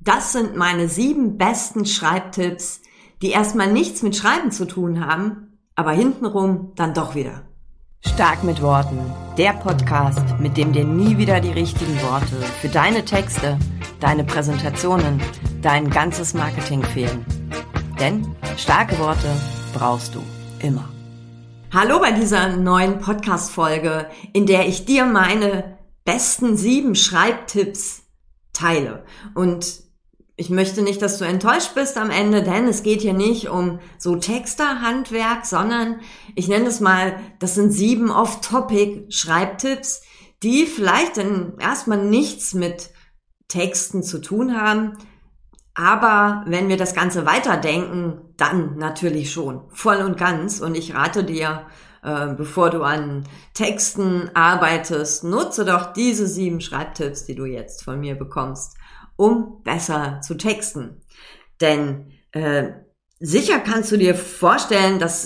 Das sind meine 7 besten Schreibtipps, die erstmal nichts mit Schreiben zu tun haben, aber hintenrum dann doch wieder. Stark mit Worten, der Podcast, mit dem dir nie wieder die richtigen Worte für deine Texte, deine Präsentationen, dein ganzes Marketing fehlen. Denn starke Worte brauchst du immer. Hallo bei dieser neuen Podcast-Folge, in der ich dir meine besten 7 Schreibtipps teile. Und ich möchte nicht, dass du enttäuscht bist am Ende, denn es geht hier nicht um so Texterhandwerk, sondern ich nenne es mal, das sind 7 Off-Topic-Schreibtipps, die vielleicht dann erstmal nichts mit Texten zu tun haben, aber wenn wir das Ganze weiterdenken, dann natürlich schon, voll und ganz. Und ich rate dir, bevor du an Texten arbeitest, nutze doch diese 7 Schreibtipps, die du jetzt von mir bekommst, um besser zu texten. Denn sicher kannst du dir vorstellen, dass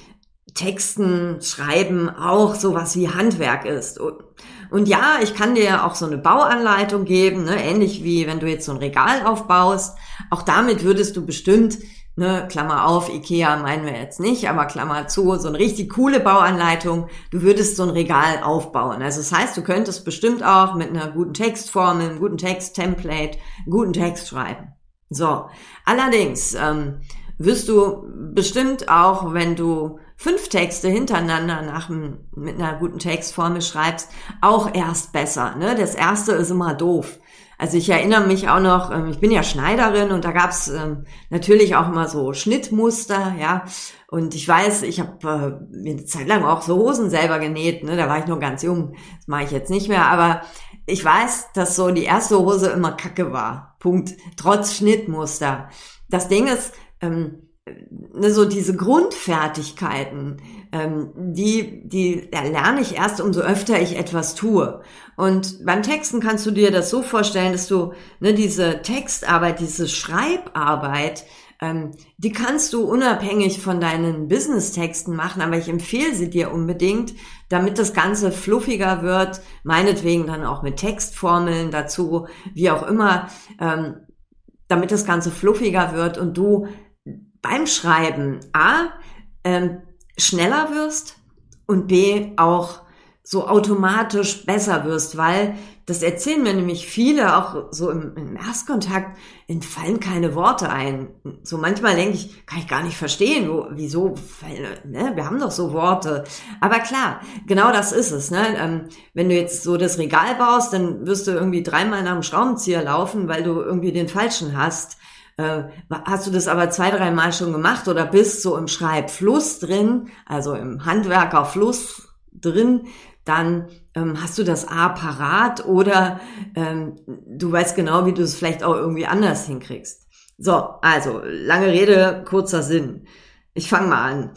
Texten, Schreiben auch sowas wie Handwerk ist. Und ja, ich kann dir auch so eine Bauanleitung geben, ne? Ähnlich wie wenn du jetzt so ein Regal aufbaust. Auch damit würdest du bestimmt, ne, Klammer auf, Ikea meinen wir jetzt nicht, aber Klammer zu, so eine richtig coole Bauanleitung, du würdest so ein Regal aufbauen. Also das heißt, du könntest bestimmt auch mit einer guten Textformel, einem guten Texttemplate, einen guten Text schreiben. So, allerdings wirst du bestimmt auch, wenn du 5 Texte hintereinander mit einer guten Textformel schreibst, auch erst besser, ne? Das erste ist immer doof. Also ich erinnere mich auch noch, ich bin ja Schneiderin und da gab's natürlich auch immer so Schnittmuster, ja. Und ich weiß, ich habe mir eine Zeit lang auch so Hosen selber genäht, ne? Da war ich noch ganz jung, das mache ich jetzt nicht mehr, aber ich weiß, dass so die erste Hose immer kacke war. Punkt. Trotz Schnittmuster. Das Ding ist, so diese Grundfertigkeiten, die erlerne ich erst, umso öfter ich etwas tue. Und beim Texten kannst du dir das so vorstellen, dass du diese Textarbeit, diese Schreibarbeit, die kannst du unabhängig von deinen Business-Texten machen, aber ich empfehle sie dir unbedingt, damit das Ganze fluffiger wird, meinetwegen dann auch mit Textformeln dazu, wie auch immer, damit das Ganze fluffiger wird und du beim Schreiben schneller wirst und B auch so automatisch besser wirst, weil das erzählen mir nämlich viele, auch so im Erstkontakt, ihnen fallen keine Worte ein. So manchmal denke ich, kann ich gar nicht verstehen, wieso, ne? Wir haben doch so Worte. Aber klar, genau das ist es, ne? Wenn du jetzt so das Regal baust, dann wirst du irgendwie 3-mal nach dem Schraubenzieher laufen, weil du irgendwie den falschen hast. Hast du das aber 2-3 Mal schon gemacht oder bist so im Schreibfluss drin, also im Handwerkerfluss drin, dann hast du das A parat oder du weißt genau, wie du es vielleicht auch irgendwie anders hinkriegst. So, also lange Rede, kurzer Sinn. Ich fange mal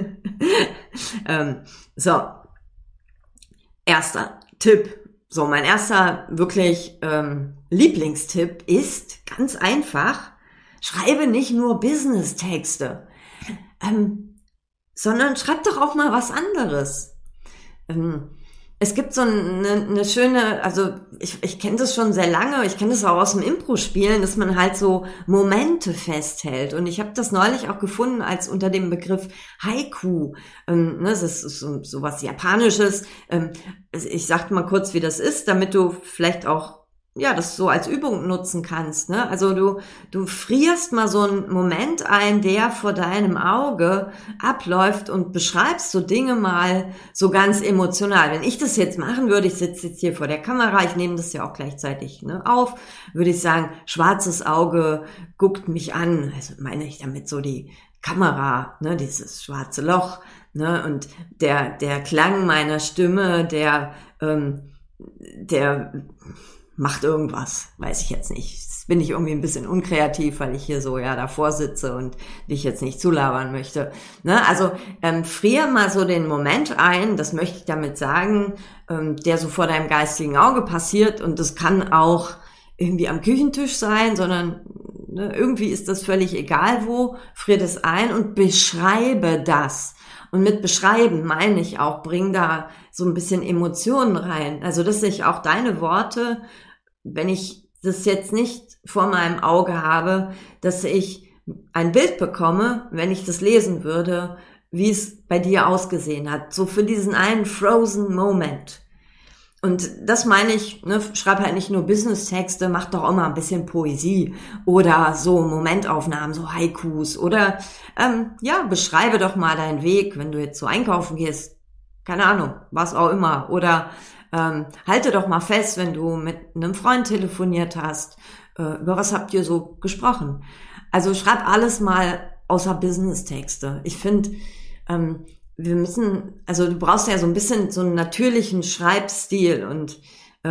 an. So, erster Tipp. So, mein erster wirklich Lieblingstipp ist ganz einfach: Schreibe nicht nur Business-Texte, sondern schreib doch auch mal was anderes. Es gibt so eine schöne, also ich kenne das schon sehr lange, ich kenne das auch aus dem Impro-Spielen, dass man halt so Momente festhält. Und ich habe das neulich auch gefunden als unter dem Begriff Haiku. Das ist so was Japanisches. Ich sag mal kurz, wie das ist, damit du vielleicht auch das so als Übung nutzen kannst, ne? Also du frierst mal so einen Moment ein, der vor deinem Auge abläuft und beschreibst so Dinge mal so ganz emotional. Wenn ich das jetzt machen würde, ich sitze jetzt hier vor der Kamera, ich nehme das ja auch gleichzeitig auf, würde ich sagen, schwarzes Auge guckt mich an. Also meine ich damit so die Kamera, ne, dieses schwarze Loch, ne, und der Klang meiner Stimme, der macht irgendwas, weiß ich jetzt nicht. Jetzt bin ich irgendwie ein bisschen unkreativ, weil ich hier so davor sitze und dich jetzt nicht zulabern möchte. Ne? Also frier mal so den Moment ein, das möchte ich damit sagen, der so vor deinem geistigen Auge passiert, und das kann auch irgendwie am Küchentisch sein, sondern irgendwie ist das völlig egal wo, frier das ein und beschreibe das. Und mit beschreiben meine ich auch, bring da so ein bisschen Emotionen rein. Also, dass ich auch deine Worte, wenn ich das jetzt nicht vor meinem Auge habe, dass ich ein Bild bekomme, wenn ich das lesen würde, wie es bei dir ausgesehen hat. So für diesen einen frozen Moment. Und das meine ich, ne, schreib halt nicht nur Business-Texte, mach doch auch mal ein bisschen Poesie oder so Momentaufnahmen, so Haikus oder beschreibe doch mal deinen Weg, wenn du jetzt so einkaufen gehst, keine Ahnung, was auch immer. Oder halte doch mal fest, wenn du mit einem Freund telefoniert hast, über was habt ihr so gesprochen? Also schreib alles mal außer Business-Texte. Ich finde, wir müssen, also du brauchst ja so ein bisschen so einen natürlichen Schreibstil und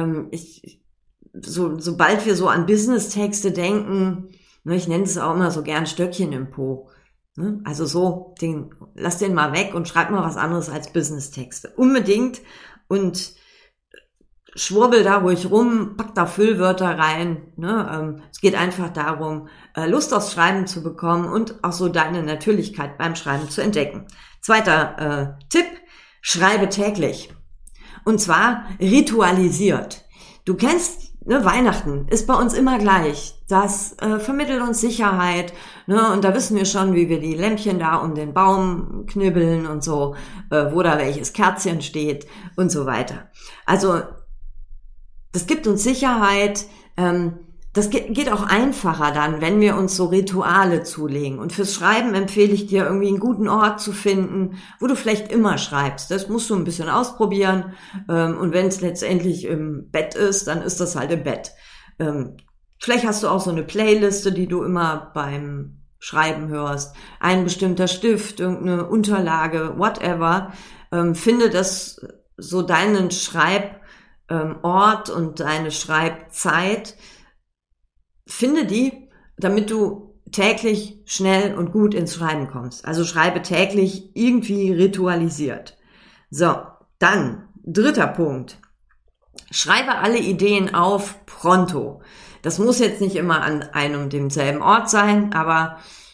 sobald wir so an Business-Texte denken, ne, ich nenne es auch immer so gern Stöckchen im Po. Ne? Also so, lass den mal weg und schreib mal was anderes als Business-Texte. Unbedingt und schwurbel da ruhig rum, pack da Füllwörter rein. Ne? Es geht einfach darum, Lust aufs Schreiben zu bekommen und auch so deine Natürlichkeit beim Schreiben zu entdecken. Zweiter Tipp, schreibe täglich. Und zwar ritualisiert. Du kennst, ne, Weihnachten ist bei uns immer gleich. Das vermittelt uns Sicherheit. Ne? Und da wissen wir schon, wie wir die Lämpchen da um den Baum knibbeln und so, wo da welches Kerzchen steht und so weiter. Also das gibt uns Sicherheit. Das geht auch einfacher dann, wenn wir uns so Rituale zulegen. Und fürs Schreiben empfehle ich dir, irgendwie einen guten Ort zu finden, wo du vielleicht immer schreibst. Das musst du ein bisschen ausprobieren. Und wenn es letztendlich im Bett ist, dann ist das halt im Bett. Vielleicht hast du auch so eine Playliste, die du immer beim Schreiben hörst. Ein bestimmter Stift, irgendeine Unterlage, whatever. Finde das so deinen Schreibort und deine Schreibzeit. Finde die, damit du täglich schnell und gut ins Schreiben kommst. Also schreibe täglich irgendwie ritualisiert. So, dann, dritter Punkt. Schreibe alle Ideen auf pronto. Das muss jetzt nicht immer an einem und demselben Ort sein, aber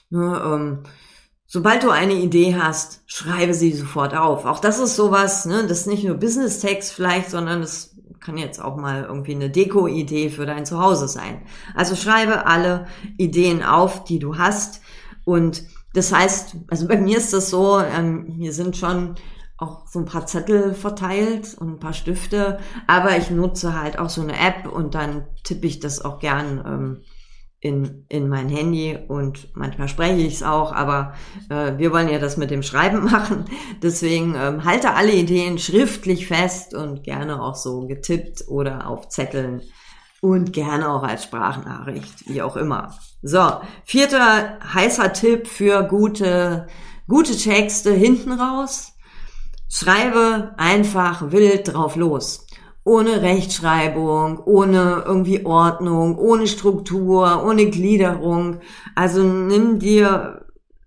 sobald du eine Idee hast, schreibe sie sofort auf. Auch das ist sowas, ne, das ist nicht nur Business-Text vielleicht, sondern es kann jetzt auch mal irgendwie eine Deko-Idee für dein Zuhause sein. Also schreibe alle Ideen auf, die du hast. Und das heißt, also bei mir ist das so, hier sind schon auch so ein paar Zettel verteilt und ein paar Stifte, aber ich nutze halt auch so eine App und dann tippe ich das auch gern in mein Handy und manchmal spreche ich es auch, aber wir wollen ja das mit dem Schreiben machen. Deswegen halte alle Ideen schriftlich fest und gerne auch so getippt oder auf Zetteln und gerne auch als Sprachnachricht, wie auch immer. So, vierter heißer Tipp für gute Texte hinten raus. Schreibe einfach wild drauf los. Ohne Rechtschreibung, ohne irgendwie Ordnung, ohne Struktur, ohne Gliederung. Also nimm dir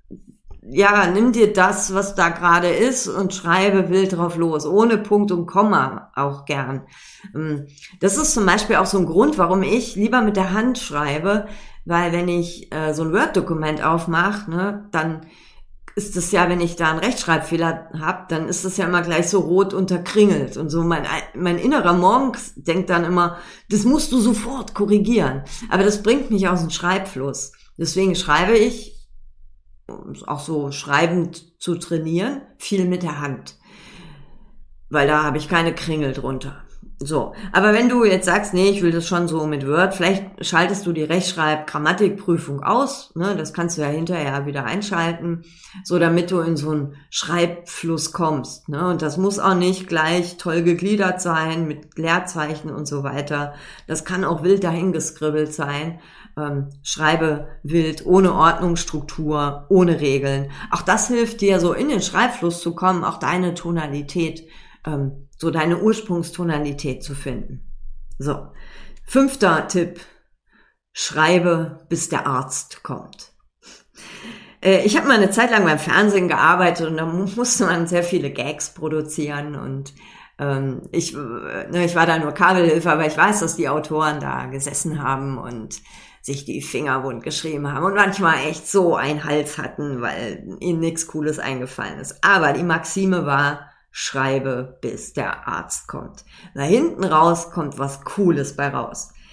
das, was da gerade ist und schreibe wild drauf los. Ohne Punkt und Komma auch gern. Das ist zum Beispiel auch so ein Grund, warum ich lieber mit der Hand schreibe, weil wenn ich so ein Word-Dokument aufmache, ne, dann ist es ja, wenn ich da einen Rechtschreibfehler habe, dann ist das ja immer gleich so rot unterkringelt. Und so mein innerer Monk denkt dann immer, das musst du sofort korrigieren. Aber das bringt mich aus dem Schreibfluss. Deswegen schreibe ich, auch so schreibend zu trainieren, viel mit der Hand. Weil da habe ich keine Kringel drunter. So, aber wenn du jetzt sagst, nee, ich will das schon so mit Word, vielleicht schaltest du die Rechtschreib-Grammatikprüfung aus, ne, das kannst du ja hinterher wieder einschalten, so damit du in so einen Schreibfluss kommst, ne, und das muss auch nicht gleich toll gegliedert sein mit Leerzeichen und so weiter, das kann auch wild dahingeskribbelt sein, schreibe wild, ohne Ordnung, Struktur, ohne Regeln, auch das hilft dir, so in den Schreibfluss zu kommen, auch deine Tonalität, so deine Ursprungstonalität zu finden. So, 5. Tipp, schreibe, bis der Arzt kommt. Ich habe mal eine Zeit lang beim Fernsehen gearbeitet und da musste man sehr viele Gags produzieren und ich war da nur Kabelhilfe, aber ich weiß, dass die Autoren da gesessen haben und sich die Finger wund geschrieben haben und manchmal echt so einen Hals hatten, weil ihnen nichts Cooles eingefallen ist. Aber die Maxime war, schreibe, bis der Arzt kommt. Da hinten raus kommt was Cooles bei raus.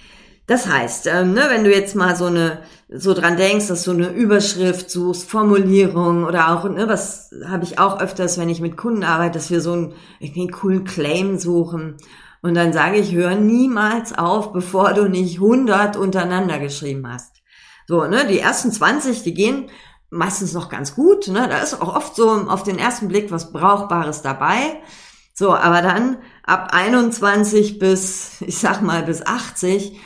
Das heißt, wenn du jetzt mal so dran denkst, dass du eine Überschrift suchst, Formulierung oder auch, was habe ich auch öfters, wenn ich mit Kunden arbeite, dass wir so einen coolen Claim suchen. Und dann sage ich, hör niemals auf, bevor du nicht 100 untereinander geschrieben hast. So, die ersten 20, die gehen meistens noch ganz gut, da ist auch oft so auf den ersten Blick was Brauchbares dabei. So, aber dann ab 21 bis 80,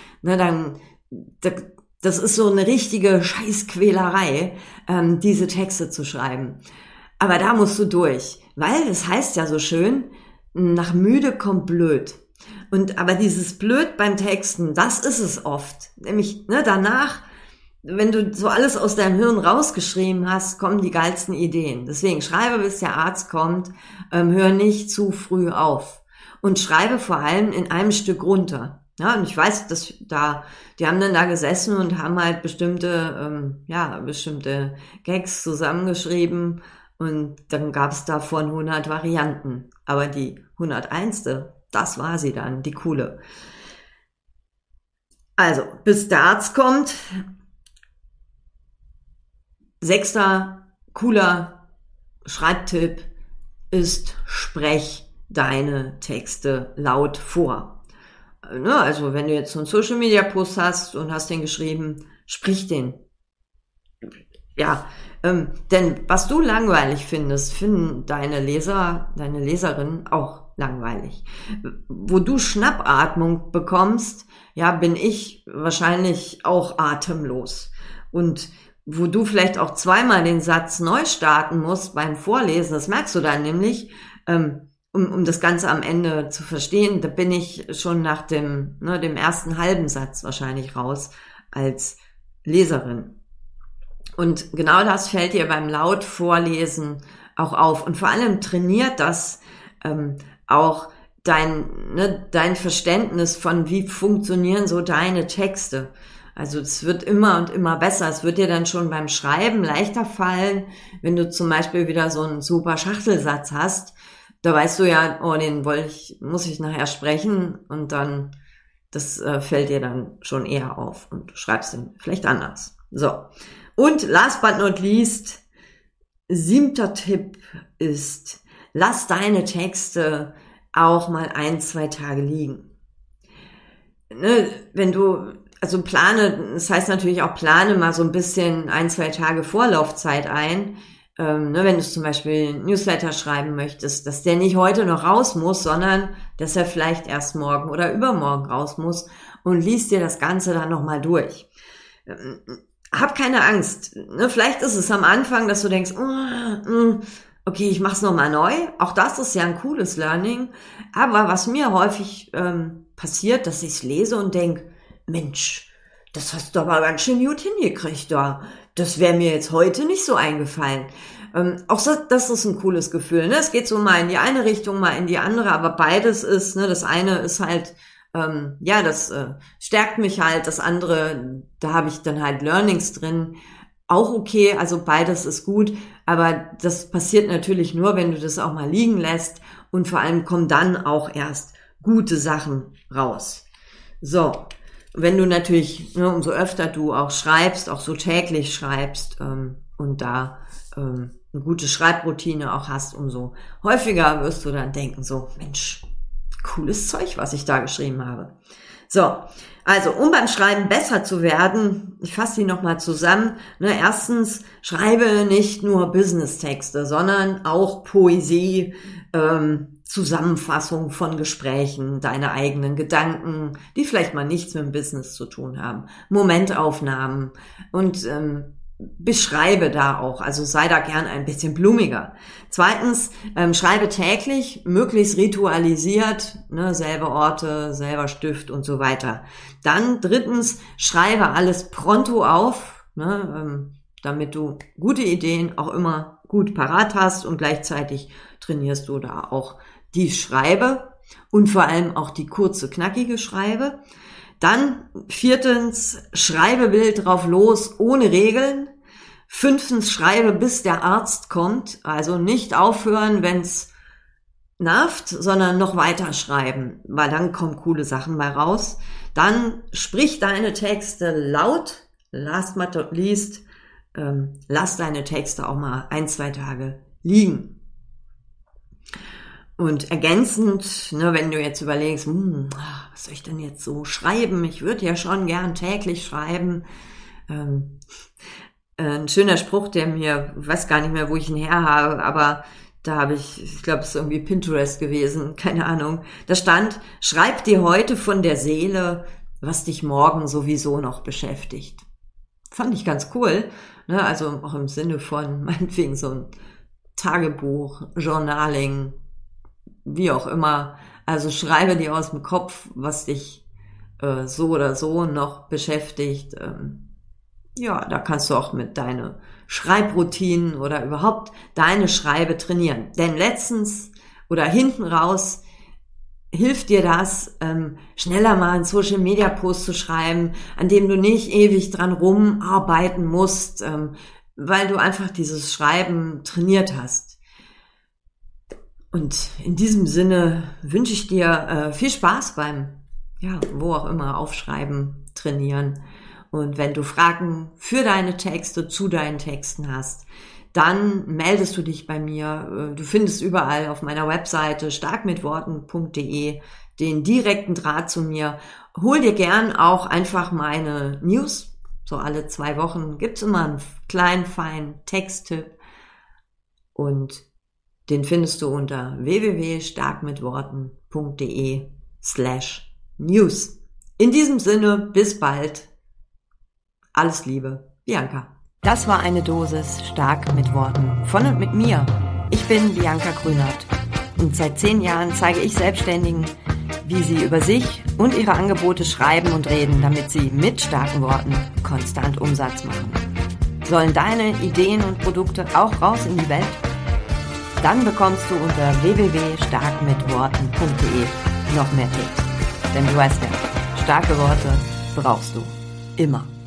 das ist so eine richtige Scheißquälerei, diese Texte zu schreiben. Aber da musst du durch, weil es heißt ja so schön, nach müde kommt blöd. Aber dieses Blöd beim Texten, das ist es oft. Nämlich, danach, wenn du so alles aus deinem Hirn rausgeschrieben hast, kommen die geilsten Ideen. Deswegen schreibe, bis der Arzt kommt, hör nicht zu früh auf. Und schreibe vor allem in einem Stück runter. Ja, und ich weiß, die haben dann da gesessen und haben halt bestimmte Gags zusammengeschrieben und dann gab es davon 100 Varianten. Aber die 101. Das war sie dann, die coole. Also, bis der Arzt kommt. 6. cooler Schreibtipp ist, sprech deine Texte laut vor. Also wenn du jetzt so einen Social Media Post hast und hast den geschrieben, sprich den. Ja, denn was du langweilig findest, finden deine Leser, deine Leserinnen auch langweilig. Wo du Schnappatmung bekommst, bin ich wahrscheinlich auch atemlos. Und wo du vielleicht auch zweimal den Satz neu starten musst beim Vorlesen, das merkst du dann nämlich, um das Ganze am Ende zu verstehen, da bin ich schon nach dem ersten halben Satz wahrscheinlich raus als Leserin. Und genau das fällt dir beim laut Vorlesen auch auf. Und vor allem trainiert das auch dein Verständnis von, wie funktionieren so deine Texte. Also es wird immer und immer besser. Es wird dir dann schon beim Schreiben leichter fallen, wenn du zum Beispiel wieder so einen super Schachtelsatz hast. Da weißt du ja, den muss ich nachher sprechen und dann, das fällt dir dann schon eher auf und du schreibst den vielleicht anders. So. Und last but not least, 7. Tipp ist, lass deine Texte auch mal 1-2 Tage liegen. Wenn du, das heißt natürlich auch plane mal so ein bisschen 1-2 Tage Vorlaufzeit ein, wenn du zum Beispiel einen Newsletter schreiben möchtest, dass der nicht heute noch raus muss, sondern dass er vielleicht erst morgen oder übermorgen raus muss und liest dir das Ganze dann nochmal durch. Hab keine Angst. Vielleicht ist es am Anfang, dass du denkst, okay, ich mach's nochmal neu. Auch das ist ja ein cooles Learning. Aber was mir häufig passiert, dass ich's lese und denk, Mensch, das hast du aber ganz schön gut hingekriegt da. Das wäre mir jetzt heute nicht so eingefallen. Auch so, das ist ein cooles Gefühl. Es geht so mal in die eine Richtung, mal in die andere, aber beides ist, das eine ist halt, das stärkt mich halt, das andere, da habe ich dann halt Learnings drin. Auch okay, also beides ist gut, aber das passiert natürlich nur, wenn du das auch mal liegen lässt und vor allem kommen dann auch erst gute Sachen raus. So. Wenn du natürlich, umso öfter du auch schreibst, auch so täglich schreibst und da eine gute Schreibroutine auch hast, umso häufiger wirst du dann denken, so, Mensch, cooles Zeug, was ich da geschrieben habe. So, also um beim Schreiben besser zu werden, ich fasse die nochmal zusammen. Erstens, schreibe nicht nur Business-Texte, sondern auch Poesie, Zusammenfassung von Gesprächen, deine eigenen Gedanken, die vielleicht mal nichts mit dem Business zu tun haben, Momentaufnahmen und beschreibe da auch, also sei da gern ein bisschen blumiger. Zweitens, schreibe täglich, möglichst ritualisiert, selbe Orte, selber Stift und so weiter. Dann drittens, schreibe alles pronto auf, damit du gute Ideen auch immer gut parat hast und gleichzeitig trainierst du da auch die Schreibe und vor allem auch die kurze, knackige Schreibe. Dann 4. schreibe wild drauf los, ohne Regeln. 5. schreibe bis der Arzt kommt, also nicht aufhören, wenn's nervt, sondern noch weiter schreiben, weil dann kommen coole Sachen bei raus. Dann sprich deine Texte laut. Last but not least, lass deine Texte auch mal 1-2 Tage liegen. Und ergänzend, wenn du jetzt überlegst, was soll ich denn jetzt so schreiben? Ich würde ja schon gern täglich schreiben. Ein schöner Spruch, der mir, ich weiß gar nicht mehr, wo ich ihn her habe, aber da habe ich glaube, es ist irgendwie Pinterest gewesen, keine Ahnung. Da stand, schreib dir heute von der Seele, was dich morgen sowieso noch beschäftigt. Fand ich ganz cool, also auch im Sinne von meinetwegen so ein Tagebuch, Journaling, wie auch immer. Also schreibe dir aus dem Kopf, was dich so oder so noch beschäftigt. Da kannst du auch mit deinen Schreibroutinen oder überhaupt deine Schreibe trainieren. Denn letztens oder hinten raus hilft dir das, schneller mal einen Social-Media-Post zu schreiben, an dem du nicht ewig dran rumarbeiten musst, weil du einfach dieses Schreiben trainiert hast. Und in diesem Sinne wünsche ich dir viel Spaß beim, wo auch immer, Aufschreiben, Trainieren. Und wenn du Fragen für deine Texte, zu deinen Texten hast, dann meldest du dich bei mir. Du findest überall auf meiner Webseite starkmitworten.de den direkten Draht zu mir. Hol dir gern auch einfach meine News. So alle 2 Wochen gibt's immer einen kleinen, feinen Texttipp. Und den findest du unter www.starkmitworten.de/news. In diesem Sinne, bis bald. Alles Liebe, Bianca. Das war eine Dosis Stark mit Worten von und mit mir. Ich bin Bianca Grünert und seit 10 Jahren zeige ich Selbstständigen, wie sie über sich und ihre Angebote schreiben und reden, damit sie mit starken Worten konstant Umsatz machen. Sollen deine Ideen und Produkte auch raus in die Welt? Dann bekommst du unter www.starkmitworten.de noch mehr Tipps. Denn du weißt ja, starke Worte brauchst du immer.